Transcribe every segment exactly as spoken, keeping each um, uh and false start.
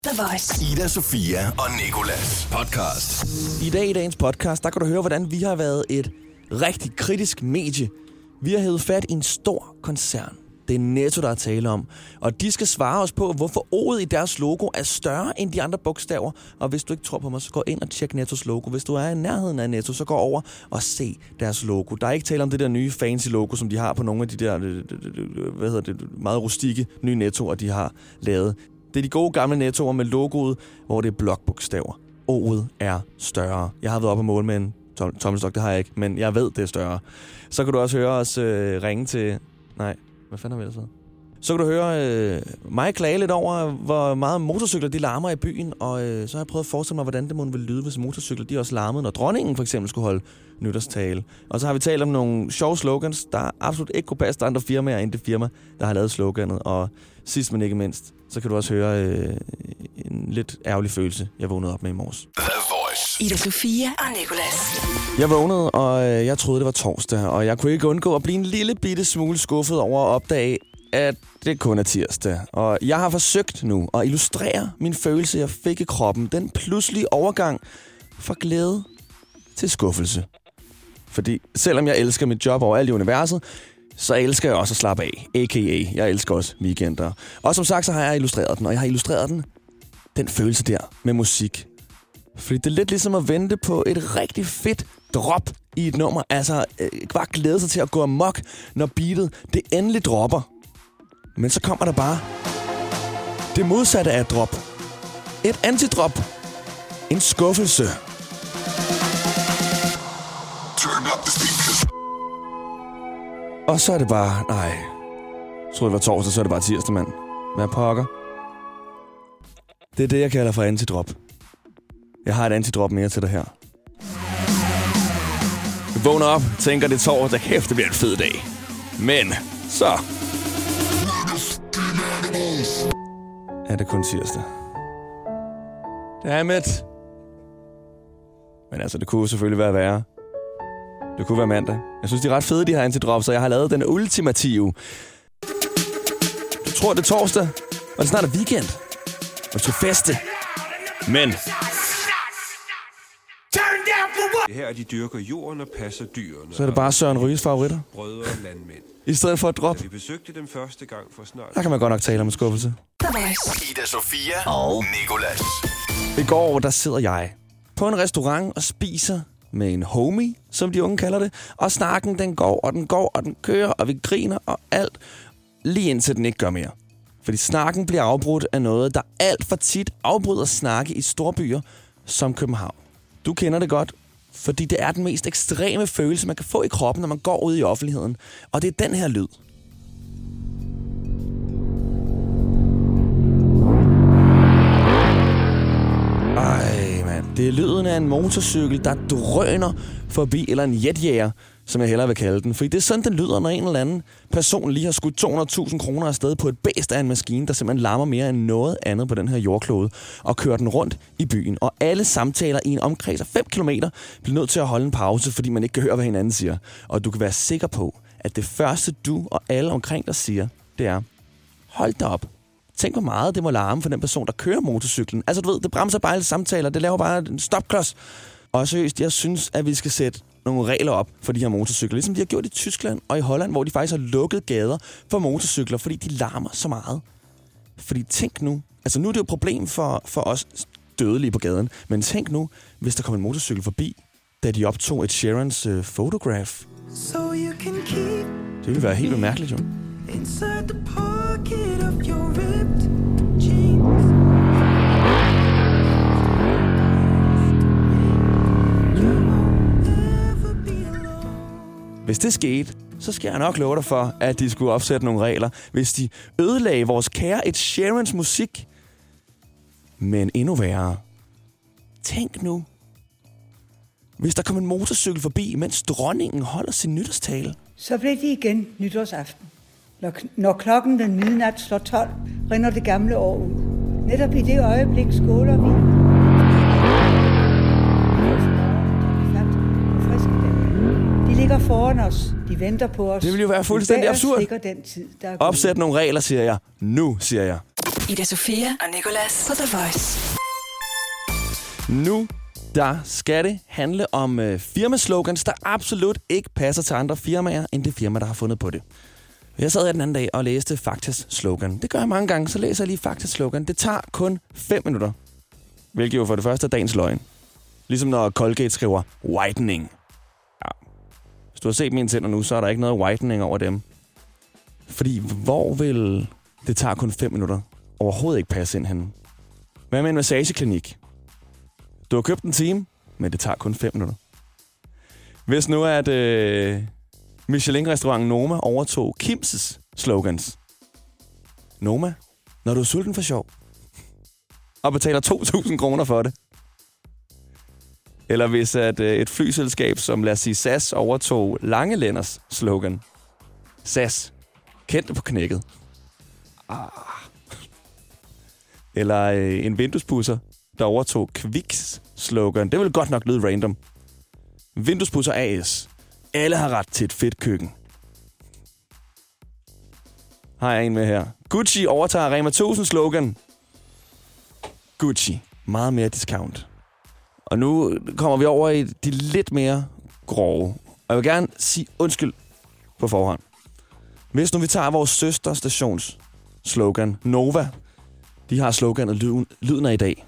The Voice. Ida, Sofia og Nicolas podcast. I dag i dagens podcast, der kan du høre, hvordan vi har været et rigtig kritisk medie. Vi har hævet fat i en stor koncern. Det er Netto, der er tale om. Og de skal svare os på, hvorfor O'et i deres logo er større end de andre bogstaver. Og hvis du ikke tror på mig, så gå ind og tjek Nettos logo. Hvis du er i nærheden af Netto, så gå over og se deres logo. Der er ikke tale om det der nye fancy logo, som de har på nogle af de der hvad hedder det, meget rustikke nye Nettoer, de har lavet. Det er de gode gamle Nettoer med logoet, hvor det er blokbogstaver. O'et er større. Jeg har været oppe og måle med en tom- tommelstok, det har jeg ikke, men jeg ved, det er større. Så kan du også høre os øh, ringe til... Nej, hvad fanden har vi ellers? Så kan du høre øh, mig klage lidt over, hvor meget motorcykler de larmer i byen, og øh, så har jeg prøvet at forestille mig, hvordan det må ville lyde, hvis motorcykler de også larmede, når dronningen for eksempel skulle holde nytårstale. Og så har vi talt om nogle sjove slogans, der absolut ikke kunne passe til andre firmaer end det firma, der har lavet sloganet. Og sidst men ikke mindst, så kan du også høre øh, en lidt ærgerlig følelse, jeg vågnede op med i morges. The Voice. Ida, Sofia og Nicolas. Jeg vågnede, og øh, jeg troede, det var torsdag, og jeg kunne ikke undgå at blive en lille bitte smule skuffet over at opdage, at det kun er tirsdag. Og jeg har forsøgt nu at illustrere min følelse, jeg fik i kroppen. Den pludselige overgang fra glæde til skuffelse. Fordi selvom jeg elsker mit job over alt i universet, så elsker jeg også at slappe af. A K A, jeg elsker også weekender. Og som sagt, så har jeg illustreret den, og jeg har illustreret den, den følelse der, med musik. Fordi det er lidt ligesom at vente på et rigtig fedt drop i et nummer. Altså, øh, bare glæde sig til at gå amok, når beatet det endelig dropper. Men så kommer der bare det modsatte af et drop. Et antidrop. En skuffelse. Og så er det bare... Nej. Jeg troede, det var torsdag, så er det bare tirsdag, mand. Hvad pokker? Det er det, jeg kalder for antidrop. Jeg har et antidrop mere til dig her. Du vågner op, tænker det er torsdag, kæft, det bliver en fed dag. Men så... er det kun tirsdag. Dammit. Men altså, det kunne selvfølgelig være værre. Det kunne være mandag. Jeg synes, de er ret fede, de her antidrops, så jeg har lavet den ultimative. Du tror, det er torsdag, og det snart er weekend. Og du skal feste. Men... Her er de dyrker jorden og passer dyrene. Så er det bare Søren Ryges favoritter. Brødre og landmænd. I stedet for et drop. Da vi besøgte dem første gang for snart... Der kan man godt nok tale om en skuffelse. Ida, Sofia og Nicolas. I går, der sidder jeg på en restaurant og spiser med en homie, som de unge kalder det. Og snakken, den går, og den går, og den kører, og vi griner og alt. Lige indtil den ikke gør mere. Fordi snakken bliver afbrudt af noget, der alt for tit afbryder snakke i storbyer som København. Du kender det godt, fordi det er den mest ekstreme følelse, man kan få i kroppen, når man går ud i offentligheden. Og det er den her lyd. Ej, mand. Det er lyden af en motorcykel, der drøner forbi, eller en jetjæger, som jeg hellere vil kalde den. Fordi det er sådan, den lyder, når en eller anden person lige har skudt to hundrede tusind kroner afsted på et bæst af en maskine, der simpelthen larmer mere end noget andet på den her jordklode, og kører den rundt i byen. Og alle samtaler i en omkreds af fem kilometer bliver nødt til at holde en pause, fordi man ikke kan høre, hvad hinanden siger. Og du kan være sikker på, at det første du og alle omkring dig siger, det er, hold da op. Tænk, hvor meget det må larme for den person, der kører motorcyklen. Altså, du ved, det bremser bare alle samtaler, det laver bare en stopklods. Og seriøst, jeg synes, at vi skal sætte nogle regler op for de her motorcykler, ligesom de har gjort i Tyskland og i Holland, hvor de faktisk har lukket gader for motorcykler, fordi de larmer så meget. Fordi tænk nu, altså nu er det jo et problem for, for os dødelige på gaden, men tænk nu, hvis der kom en motorcykel forbi, da de optog et Sheerans uh, Photograph. So you can keep Det ville være helt mærkeligt, jo. inside the pocket of your ripped jeans. Hvis det skete, så skal jeg nok love dig for, at de skulle opsætte nogle regler, hvis de ødelagde vores kære Ed Sheerans musik. Men endnu værre. Tænk nu, hvis der kom en motorcykel forbi, mens dronningen holder sin nytårstale. Så blev det igen nytårsaften. Når, når klokken den midnat slår tolv, rinder det gamle år ud. Netop i det øjeblik skåler vi. De ligger foran os. De venter på os. Det vil jo være fuldstændig absurd. Den tid, der er Opsæt nogle regler, siger jeg. Nu, siger jeg. Ida Sofia og Nicolas på The Voice. Nu der skal det handle om øh, firmaslogans, der absolut ikke passer til andre firmaer, end det firma, der har fundet på det. Jeg sad her den anden dag og læste Faktas slogan. Det gør jeg mange gange, så læser jeg lige Faktas slogan. Det tager kun fem minutter. Hvilket jo for det første er dagens løgn. Ligesom når Colgate skriver whitening. Ja. Hvis du har set mine tænder nu, så er der ikke noget whitening over dem. Fordi hvor vil det tager kun fem minutter overhovedet ikke passe ind henne? Hvad med en massageklinik? Du har købt en time, men det tager kun fem minutter. Hvis nu at øh, Michelin-restauranten Noma overtog Kim's slogans. Noma, når du er sulten for sjov. Og betaler to tusind kroner for det. Eller hvis at øh, et flyselskab, som lad os sige S A S, overtog Langelænders slogan. S A S, kendt på knækket. Ah. Eller øh, en vinduespudser, der overtog Kviks slogan. Det vil godt nok lyde random. Vinduespudser A S. Alle har ret til et fedt køkken. Har jeg en med her. Gucci overtager Rema tusind slogan. Gucci. Meget mere discount. Og nu kommer vi over i de lidt mere grove. Og jeg vil gerne sige undskyld på forhånd. Hvis nu vi tager vores søsterstations slogan, Nova. De har sloganet Lyden, lyden af i dag.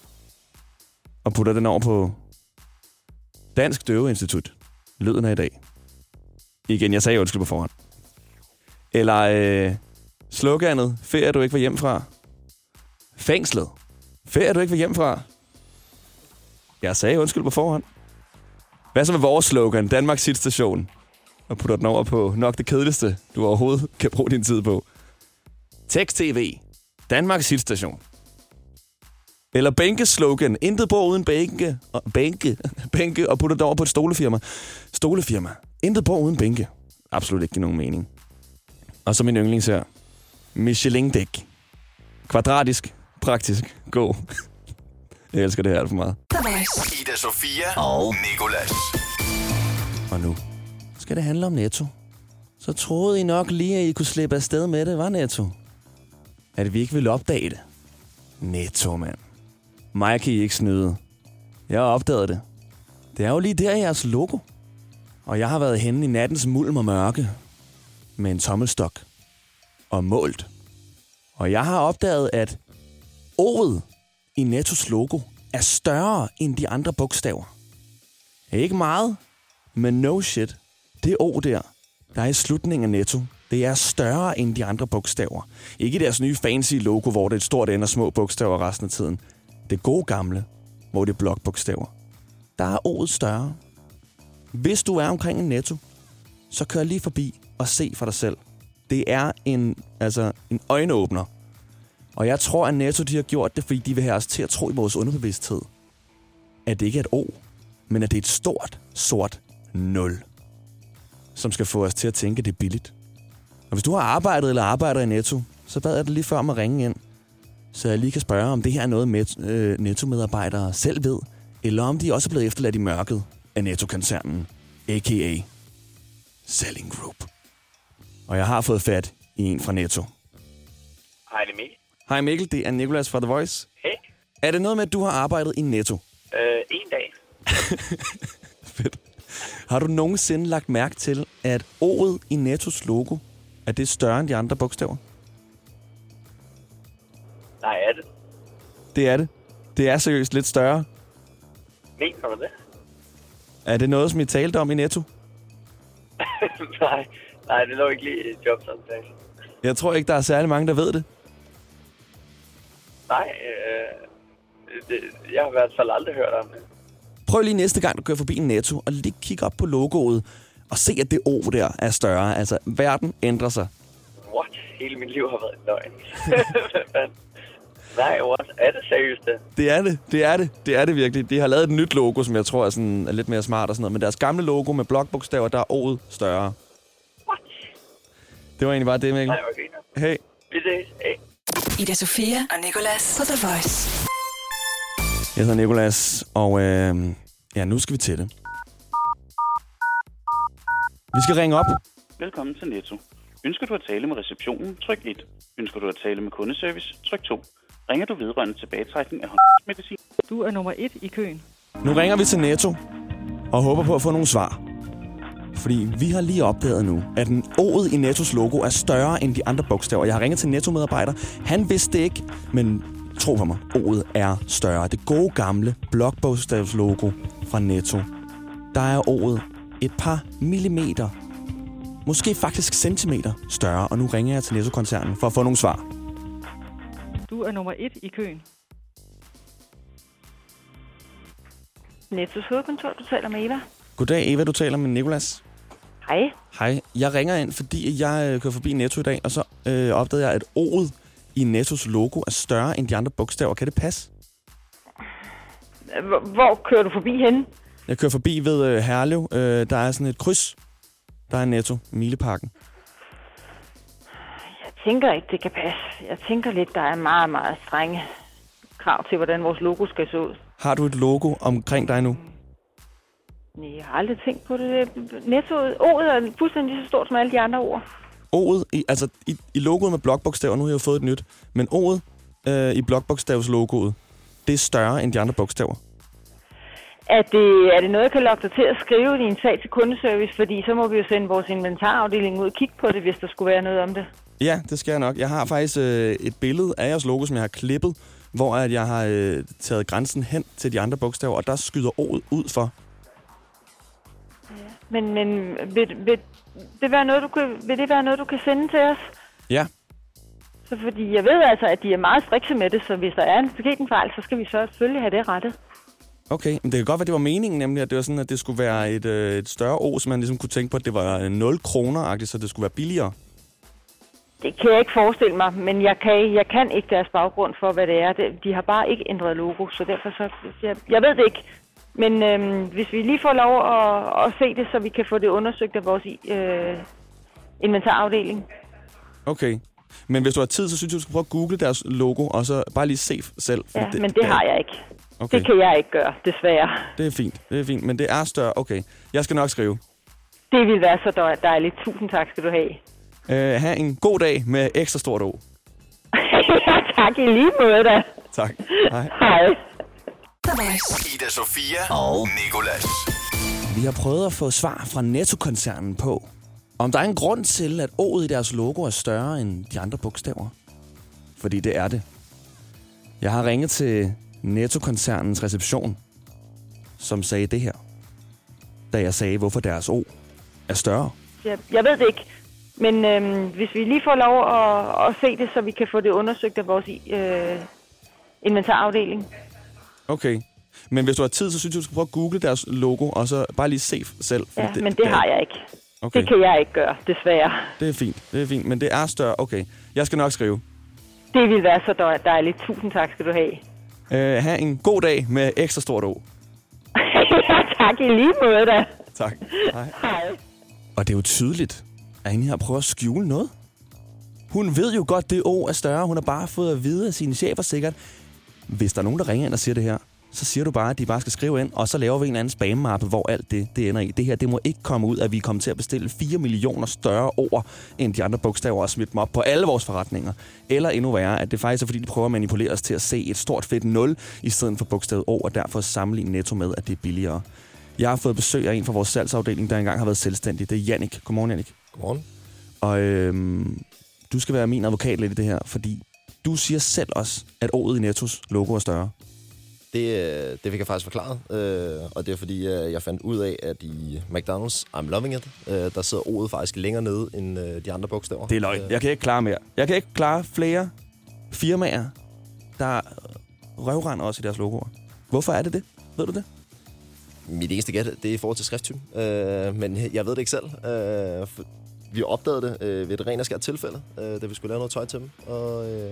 Og putter den over på Dansk Døveinstitut. Lyden af i dag. Igen, jeg sagde undskyld på forhånd. Eller øh, sloganet, ferie du ikke var hjemmefra. Fængslet. Ferie du ikke var hjemmefra. Jeg sagde undskyld på forhånd. Hvad så med vores slogan, Danmarks hitstation? Og putter den over på nok det kedeligste, du overhovedet kan bruge din tid på. Tekst-T V. Danmarks hitstation. Eller Bænkes slogan, intet bord uden bænke, og bænke, bænke, og putter det over på et stolefirma. Stolefirma. Intet bord uden bænke. Absolut ikke nogen mening. Og så min yndlings her. Michelin-dæk. Kvadratisk. Praktisk. Gå. Jeg elsker det her alt for meget. Ida Sofia og Nicolas. Og nu skal det handle om Netto. Så troede I nok lige, at I kunne slippe afsted med det, var Netto? At vi ikke ville opdage det. Netto, mand. Mig kan I ikke snyde. Jeg har opdaget det. Det er jo lige der jeres logo. Og jeg har været henne i nattens mulm og mørke. Med en tommelstok. Og målt. Og jeg har opdaget, at O'et i Nettos logo er større end de andre bogstaver. Ikke meget, men no shit. Det O der, der er i slutningen af Netto, det er større end de andre bogstaver. Ikke deres nye fancy logo, hvor det er et stort end og små bogstaver resten af tiden. Det gode gamle, hvor det er blokbogstaver. Der er O'et større. Hvis du er omkring en Netto, så kør lige forbi og se for dig selv. Det er en, altså en øjenåbner. Og jeg tror, at Netto de har gjort det, fordi de vil have os til at tro i vores underbevidsthed, at det ikke er et O, men at det er et stort, sort nul, som skal få os til at tænke, at det er billigt. Og hvis du har arbejdet eller arbejder i Netto, så bad jeg dig lige før om at ringe ind, så jeg lige kan spørge, om det her er noget, med, øh, Netto-medarbejdere selv ved, eller om de også er blevet efterladt i mørket af Netto-koncernen, a k a. Selling Group. Og jeg har fået fat i en fra Netto. Hej, det er Mikkel. Hej Mikkel, det er Nicolas fra The Voice. Hey. Er det noget med, at du har arbejdet i Netto? Øh, en dag. Fedt. Har du nogensinde lagt mærke til, at O'et i Nettos logo, er det større end de andre bogstaver? Nej, er det? Det er det. Det er seriøst lidt større. Mener du det? Er det noget, som I talte om i Netto? nej, nej, det lå ikke lige i jobsamtale. Jeg tror ikke, der er særlig mange, der ved det. Nej, øh, det, jeg har i hvert fald aldrig hørt om det. Prøv lige næste gang, du kører forbi en Netto, og lige kigge op på logoet, og se, at det O der er større. Altså, verden ændrer sig. What? Hele mit liv har været en løgn. Nej, what? Er det seriøst det? Det er det, det er det, det er det virkelig. De har lavet et nyt logo, som jeg tror er, sådan, er lidt mere smart og sådan noget. Men deres gamle logo med blokbogstaver, der er O'et større. What? Det var egentlig bare det, Mikkel. Nej, okay. Hey. Vi ses. Hey. Ida Sofia og Nicolas på The Voice. Jeg hedder Nicolas, og øh, ja, nu skal vi til det. Vi skal ringe op. Velkommen til Netto. Ønsker du at tale med receptionen? Tryk et. Ønsker du at tale med kundeservice? Tryk to. Ringer du vedrørende tilbagetrækning af håndmedicin? Du er nummer et i køen. Nu ringer vi til Netto og håber på at få nogle svar. Fordi vi har lige opdaget nu, at en O'et i Nettos logo er større end de andre bogstaver. Jeg har ringet til Netto-medarbejder. Han vidste det ikke, men tro på mig, O'et er større. Det gode gamle blokbogstavslogo fra Netto. Der er O'et et par millimeter, måske faktisk centimeter større. Og nu ringer jeg til Netto-koncernen for at få nogle svar. Du er nummer et i køen. Nettos hovedkontor, du taler med Eva. Goddag, Eva. Du taler med Nicolas. Hej. Hej. Jeg ringer ind, fordi jeg øh, kører forbi Netto i dag, og så øh, opdagede jeg, at O'et i Nettos logo er større end de andre bogstaver. Kan det passe? Hvor, hvor kører du forbi henne? Jeg kører forbi ved øh, Herlev. Øh, der er sådan et kryds. Der er Netto, Mileparken. Jeg tænker ikke, det kan passe. Jeg tænker lidt, der er meget, meget strenge krav til, hvordan vores logo skal se ud. Har du et logo omkring dig nu? Nej, jeg har aldrig tænkt på det. Nettoet, O'et er fuldstændig så stort som alle de andre ord. O'et, i, altså i, i logoet med blokbogstaver, nu har jeg jo fået et nyt, men O'et øh, i blokbogstavslogoet, det er større end de andre bogstaver. Er det, er det noget, jeg kan lokke dig til at skrive i en sag til kundeservice? Fordi så må vi jo sende vores inventarafdeling ud og kigge på det, hvis der skulle være noget om det. Ja, det skal jeg nok. Jeg har faktisk øh, et billede af jeres logo, som jeg har klippet, hvor at jeg har øh, taget grænsen hen til de andre bogstaver, og der skyder O'et ud for. Men, men vil, vil, det være noget, du kan, vil det være noget, du kan sende til os? Ja. Så fordi jeg ved altså, at de er meget strikse med det, så hvis der er en forkert fejl, så skal vi så selvfølgelig have det rettet. Okay, men det kan godt være, det var meningen nemlig, at det var sådan, at det skulle være et, øh, et større O, så man ligesom kunne tænke på, at det var nul kroner-agtigt, så det skulle være billigere. Det kan jeg ikke forestille mig, men jeg kan, jeg kan ikke deres baggrund for, hvad det er. De har bare ikke ændret logo, så derfor så... Jeg, jeg ved det ikke. Men øhm, hvis vi lige får lov at, at se det, så vi kan få det undersøgt af vores øh, inventarafdeling. Okay. Men hvis du har tid, så synes jeg, du skal prøve at google deres logo, og så bare lige se selv. Ja, det, men det har jeg ikke. Okay. Det kan jeg ikke gøre, desværre. Det er fint, det er fint. Men det er større. Okay, jeg skal nok skrive. Det vil være så dejligt. Tusind tak skal du have. Uh, ha' en god dag med ekstra stort O. Tak i lige måde da. Tak. Hej. Hej. Ida Sofia og Nicolas. Vi har prøvet at få svar fra Netto-koncernen på, om der er en grund til, at O'et i deres logo er større end de andre bogstaver. Fordi det er det. Jeg har ringet til Netto-koncernens reception, som sagde det her, da jeg sagde, hvorfor deres O er større. Jeg, jeg ved det ikke, men øhm, hvis vi lige får lov at, at se det, så vi kan få det undersøgt af vores øh, inventarafdeling. Okay, men hvis du har tid, så synes jeg, du skal prøve at google deres logo, og så bare lige se selv. Ja, det, men det har jeg ikke. Okay. Det kan jeg ikke gøre, desværre. Det er fint, det er fint, men det er større. Okay, jeg skal nok skrive. Det vil være så dejligt. Tusind tak skal du have. Uh, ha' en god dag med ekstra stort O. Tak i lige måde da. Tak. Hej. Hej. Og det er jo tydeligt, at hende her prøver at skjule noget. Hun ved jo godt, det O er større. Hun har bare fået at vide af sine chefer sikkert. Hvis der er nogen, der ringer ind og siger det her, så siger du bare, at de bare skal skrive ind, og så laver vi en anden spammappe, hvor alt det, det ender i. Det her, det må ikke komme ud, at vi kommer til at bestille fire millioner større ord end de andre bogstaver og smide dem op på alle vores forretninger. Eller endnu værre, at det faktisk er, fordi de prøver at manipulere os til at se et stort fedt nul i stedet for bogstavet O, og derfor sammenligne Netto med, at det er billigere. Jeg har fået besøg af en fra vores salgsafdeling, der engang har været selvstændig. Det er Jannik. Godmorgen, Jannik. Godmorgen. Og øhm, du skal være min advokat lidt i det her, fordi du siger selv også, at O'et i Nettos logo er større. Det, det fik jeg faktisk forklaret, øh, og det er fordi, øh, jeg fandt ud af, at i McDonald's I'm Loving It, øh, der sidder O'et faktisk længere nede end øh, de andre bogstaver. Det er løgn. Jeg kan ikke klare mere. Jeg kan ikke klare flere firmaer, der røvrender også i deres logoer. Hvorfor er det det? Ved du det? Mit eneste gæt, det er i forhold til skrifttypen, øh, men jeg ved det ikke selv. Øh, vi opdagede det øh, ved et rent og skært tilfælde, øh, da vi skulle lave noget tøj til dem, og... Øh,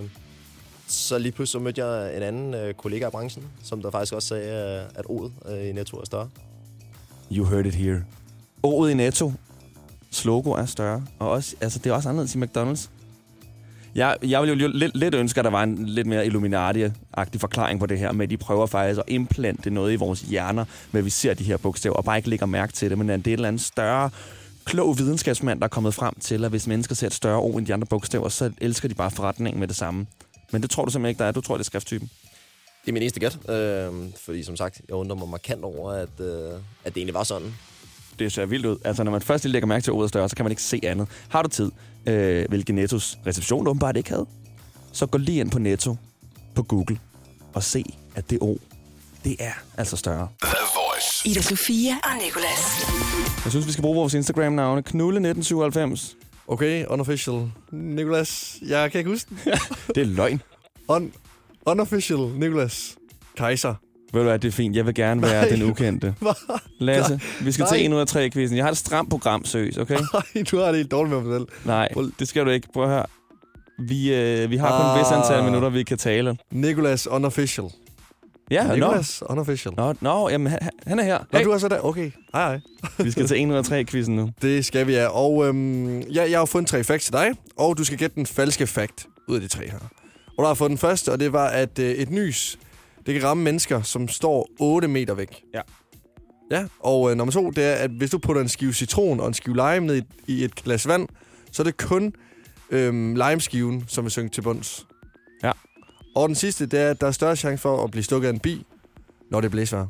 Så lige pludselig så mødte jeg en anden øh, kollega i branchen, som der faktisk også sagde, at O'et øh, i Netto er større. You heard it here. O'et i Netto logo er større, og også, altså, det er også anderledes i McDonald's. Jeg, jeg ville jo lidt, lidt ønske, at der var en lidt mere Illuminati-agtig forklaring på det her, med at de prøver faktisk at implante noget i vores hjerner, med at vi ser de her bogstaver, og bare ikke lægger mærke til det, men at det er et eller andet større klog videnskabsmand, der er kommet frem til, at hvis mennesker ser et større O end de andre bogstaver, så elsker de bare forretningen med det samme. Men det tror du simpelthen ikke, der er. Du tror, det er skrifttypen. Det er min eneste gæt, øh, fordi som sagt, jeg undrer mig markant over, at, øh, at det egentlig var sådan. Det ser vildt ud. Altså, når man først lige lægger mærke til ordet større, så kan man ikke se andet. Har du tid, øh, hvilket Nettos reception åbenbart ikke havde, så gå lige ind på Netto på Google og se, at det O, det er altså større. The Voice. Ida Sofia og Nicolas. Jeg synes, vi skal bruge vores Instagram-navne. Knulle nitten syvoghalvfems. Okay, unofficial. Nicolas, jeg kan ikke huske den. Det er løgn. Un- unofficial Nicolas Kaiser. Ved du hvad, det er fint. Jeg vil gerne være Nej. den ukendte. Lasse, vi skal Nej. til en ud af tre quizzen. Jeg har et stramt program, seriøst, okay? Nej, du har det helt dårligt med mig selv. Nej, det skal du ikke. Prøv at høre. Vi, øh, vi har kun Ah. et vis antal minutter, vi kan tale. Nicolas unofficial. Ja, Nicolas unofficial. Nå, nå jamen, han, han er her. Nå, Hey. du er så der. Okay, hej hej. Vi skal til en ud af tre quizzen nu. Det skal vi, ja. Og øhm, ja, jeg har fundet tre facts til dig, og du skal gætte den falske fact ud af de tre her. Og du har fået den første, og det var, at øh, et nys, det kan ramme mennesker, som står otte meter væk. Ja. Ja, og øh, nummer to, det er, at hvis du putter en skive citron og en skive lime ned i, i et glas vand, så er det kun øhm, limeskiven, som vil synke til bunds. Ja. Og den sidste, det er, at der er større chance for at blive stukket af en bi, når det blæsvejr.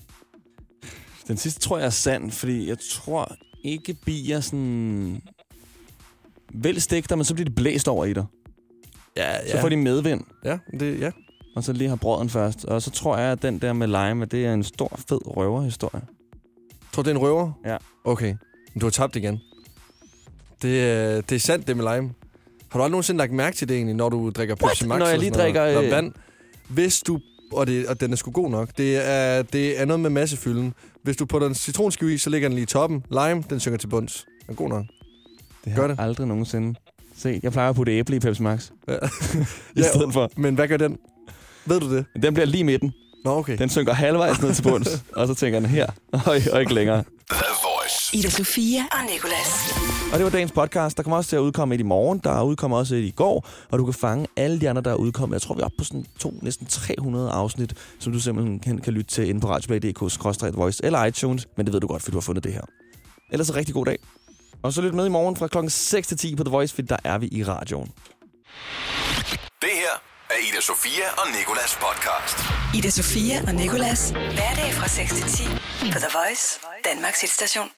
Den sidste tror jeg er sand, fordi jeg tror ikke bier sådan... Vel stik dig, men så bliver de blæst over i dig. Ja, ja. Så får de medvind. Ja, det, ja. Og så lige har brøden først. Og så tror jeg, at den der med lime, at det er en stor, fed røverhistorie. Tror du, det er en røver? Ja. Okay, men du har tabt igen. Det, er- det er sandt, det med lime. Har du aldrig nogensinde lagt mærke til det egentlig, når du drikker Pepsi Max? Når jeg og lige sådan noget? drikker, Nå, øh, vand. Hvis du... Og, det, og den er sgu god nok. Det er, det er noget med massefylden. Hvis du putter en citronskive i, så ligger den lige i toppen. Lime, den synker til bunds. Den er god nok. Det Gør har det. jeg aldrig nogensinde set. Jeg plejer at putte æble i Pepsi Max. Ja. I stedet for. Men hvad gør den? Ved du det? Den bliver lige midten. Nå, okay. Den synker halvvejs ned til bunds. Og så tænker den her. Og, og ikke længere. The Voice. Ida Sofia og Nicolas. Og det var dagens podcast. Der kommer også til at udkomme et i morgen. Der udkommer også et i går. Og du kan fange alle de andre, der er udkommet. Jeg tror, vi er oppe på sådan to, næsten tre hundrede afsnit, som du simpelthen kan, kan lytte til inde på radioplay punktum d k skråstreg voice eller iTunes. Men det ved du godt, fordi du har fundet det her. Ellers så rigtig god dag. Og så lyt med i morgen fra klokken seks til ti på The Voice, for der er vi i radioen. Det her er Ida Sofia og Nicolas podcast. Ida Sofia og Nicolas. Hverdag fra seks til ti på The Voice, Danmarks hitstation.